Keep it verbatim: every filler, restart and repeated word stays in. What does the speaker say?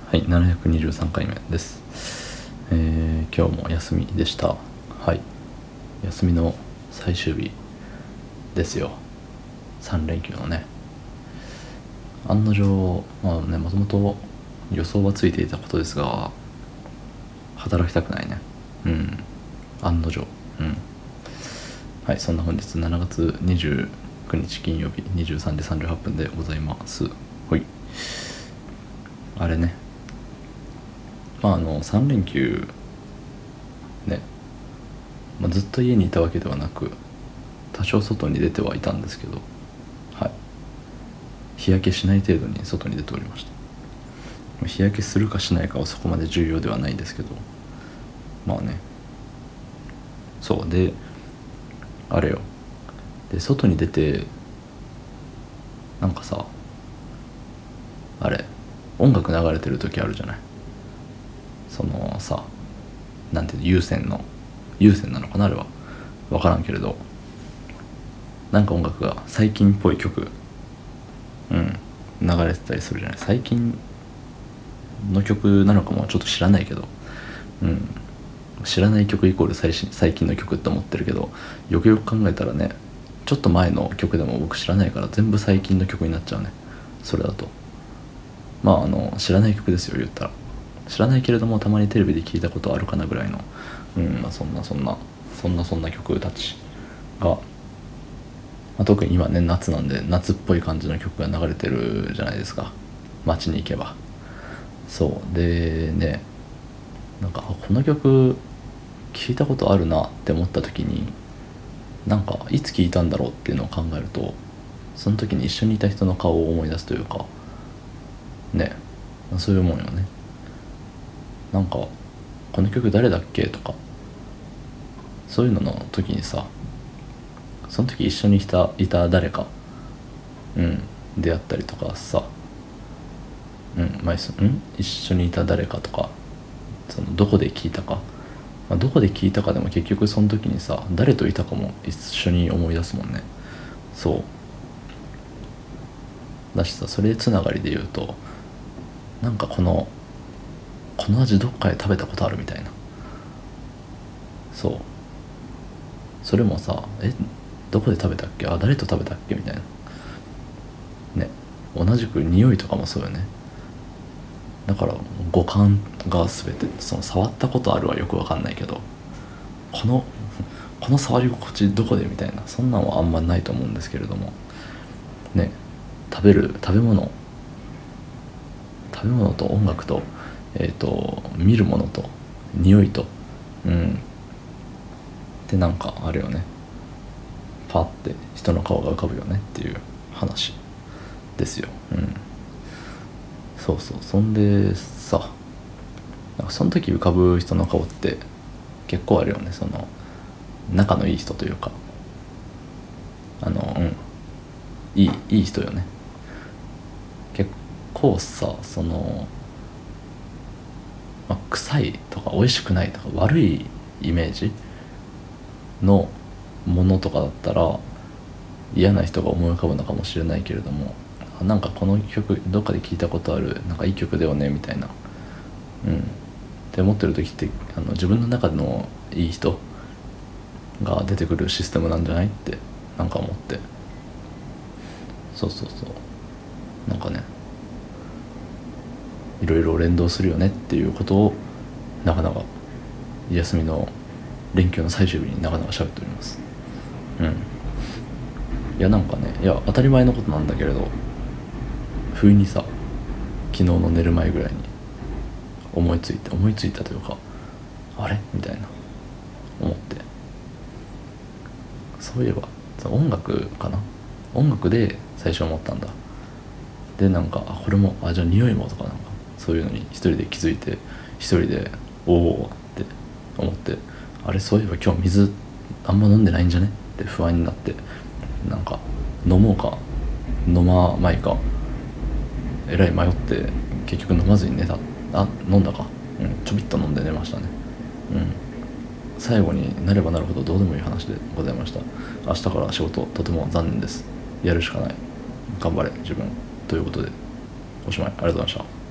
はい、ななひゃくにじゅうさんかいめです。えー、今日も休みでした。はい、休みの最終日ですよ。さん連休のね。案の定、まあね、もともと予想はついていたことですが、働きたくないね。うん、案の定。うん。はい、そんな本日しちがつにじゅうくにち金曜日にじゅうさんじさんじゅうはっぷんでございます。ほい。あれね。まああのさん連休ね、まあ、ずっと家にいたわけではなく多少外に出てはいたんですけど、はい、日焼けしない程度に外に出ておりました。日焼けするかしないかはそこまで重要ではないんですけど、まあね、そうであれよ、で外に出てなんかさ、あれ音楽流れてる時あるじゃない。そのさ、なんていうの、有線の有線なのかな、あれは分からんけれど、なんか音楽が最近っぽい曲、うん流れてたりするじゃない。最近の曲なのかもちょっと知らないけど、うん知らない曲イコール最新最近の曲って思ってるけど、よくよく考えたらね、ちょっと前の曲でも僕知らないから全部最近の曲になっちゃうね、それだと。まああの知らない曲ですよ、言ったら。知らないけれどもたまにテレビで聞いたことあるかなぐらいの、うんまあそんなそんなそんなそんな曲たちが、まあ、特に今ね夏なんで夏っぽい感じの曲が流れてるじゃないですか、街に行けば。そうでね、なんかこの曲聞いたことあるなって思った時に、なんかいつ聞いたんだろうっていうのを考えると、その時に一緒にいた人の顔を思い出すというかね、そういうもんよね。なんかこの曲誰だっけとか、そういうのの時にさ、その時一緒にいたいた誰か、うん出会ったりとかさ、うんまあそうん一緒にいた誰かとか、そのどこで聞いたか、まあ、どこで聞いたかでも結局その時にさ誰といたかも一緒に思い出すもんね。そうだしさ、それつながりで言うと、なんかこのこの味どっかで食べたことあるみたいな。そうそれもさ、えどこで食べたっけ、あ誰と食べたっけみたいなね。同じく匂いとかもそうよね。だから五感が全て、その触ったことあるはよくわかんないけど、このこの触り心地どこでみたいな、そんなんはあんまないと思うんですけれどもね。食べる食べ物食べ物と音楽と、えっ、と見るものと匂いと、うんでなんかあれよね、パッて人の顔が浮かぶよねっていう話ですよ。うんそうそう、そんでさ、なんかその時浮かぶ人の顔って結構あるよね。その仲のいい人というか、あのうんいいいい人よね。結構さ、その、まあ、臭いとか美味しくないとか悪いイメージのものとかだったら嫌な人が思い浮かぶのかもしれないけれども、なんかこの曲どっかで聞いたことある、なんかいい曲だよねみたいな、うんって思ってる時って、あの自分の中のいい人が出てくるシステムなんじゃないってなんか思って。そうそうそう、なんかね、いろいろ連動するよねっていうことをなかなか休みの連休の最終日になかなか喋っております。うんいやなんかね、いや当たり前のことなんだけれど、不意にさ、昨日の寝る前ぐらいに思いついて思いついたというか、あれみたいな思って、そういえば音楽かな、音楽で最初思ったんだ。でなんかあこれもあじゃあ匂いもとか、なんかそういうのに一人で気づいて、一人でおおって思って、あれそういえば今日水あんま飲んでないんじゃねって不安になって、なんか飲もうか飲まないかえらい迷って、結局飲まずに寝た。あ飲んだか、うんちょびっと飲んで寝ましたね。うん最後になればなるほどどうでもいい話でございました。明日から仕事とても残念です。やるしかない。頑張れ自分ということでおしまい。ありがとうございました。